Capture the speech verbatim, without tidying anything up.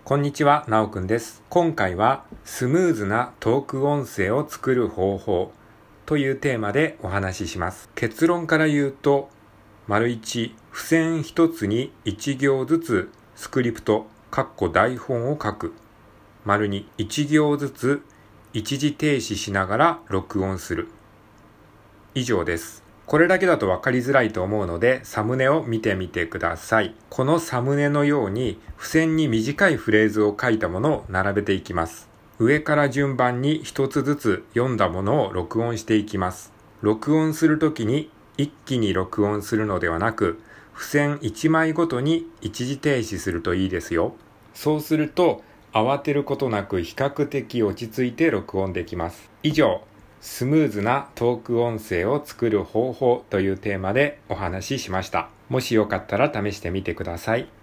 こんにちは、なおくんです。今回はスムーズなトーク音声を作る方法というテーマでお話しします。結論から言うと、丸いち、付箋一つにいち行ずつスクリプト、かっこ台本を書く。丸に、いち行ずつ一時停止しながら録音する。以上です。これだけだと分かりづらいと思うので、サムネを見てみてください。このサムネのように、付箋に短いフレーズを書いたものを並べていきます。上から順番に一つずつ読んだものを録音していきます。録音するときに一気に録音するのではなく、付箋いちまいごとに一時停止するといいですよ。そうすると、慌てることなく比較的落ち着いて録音できます。以上。スムーズなトーク音声を作る方法というテーマでお話ししました。もしよかったら試してみてください。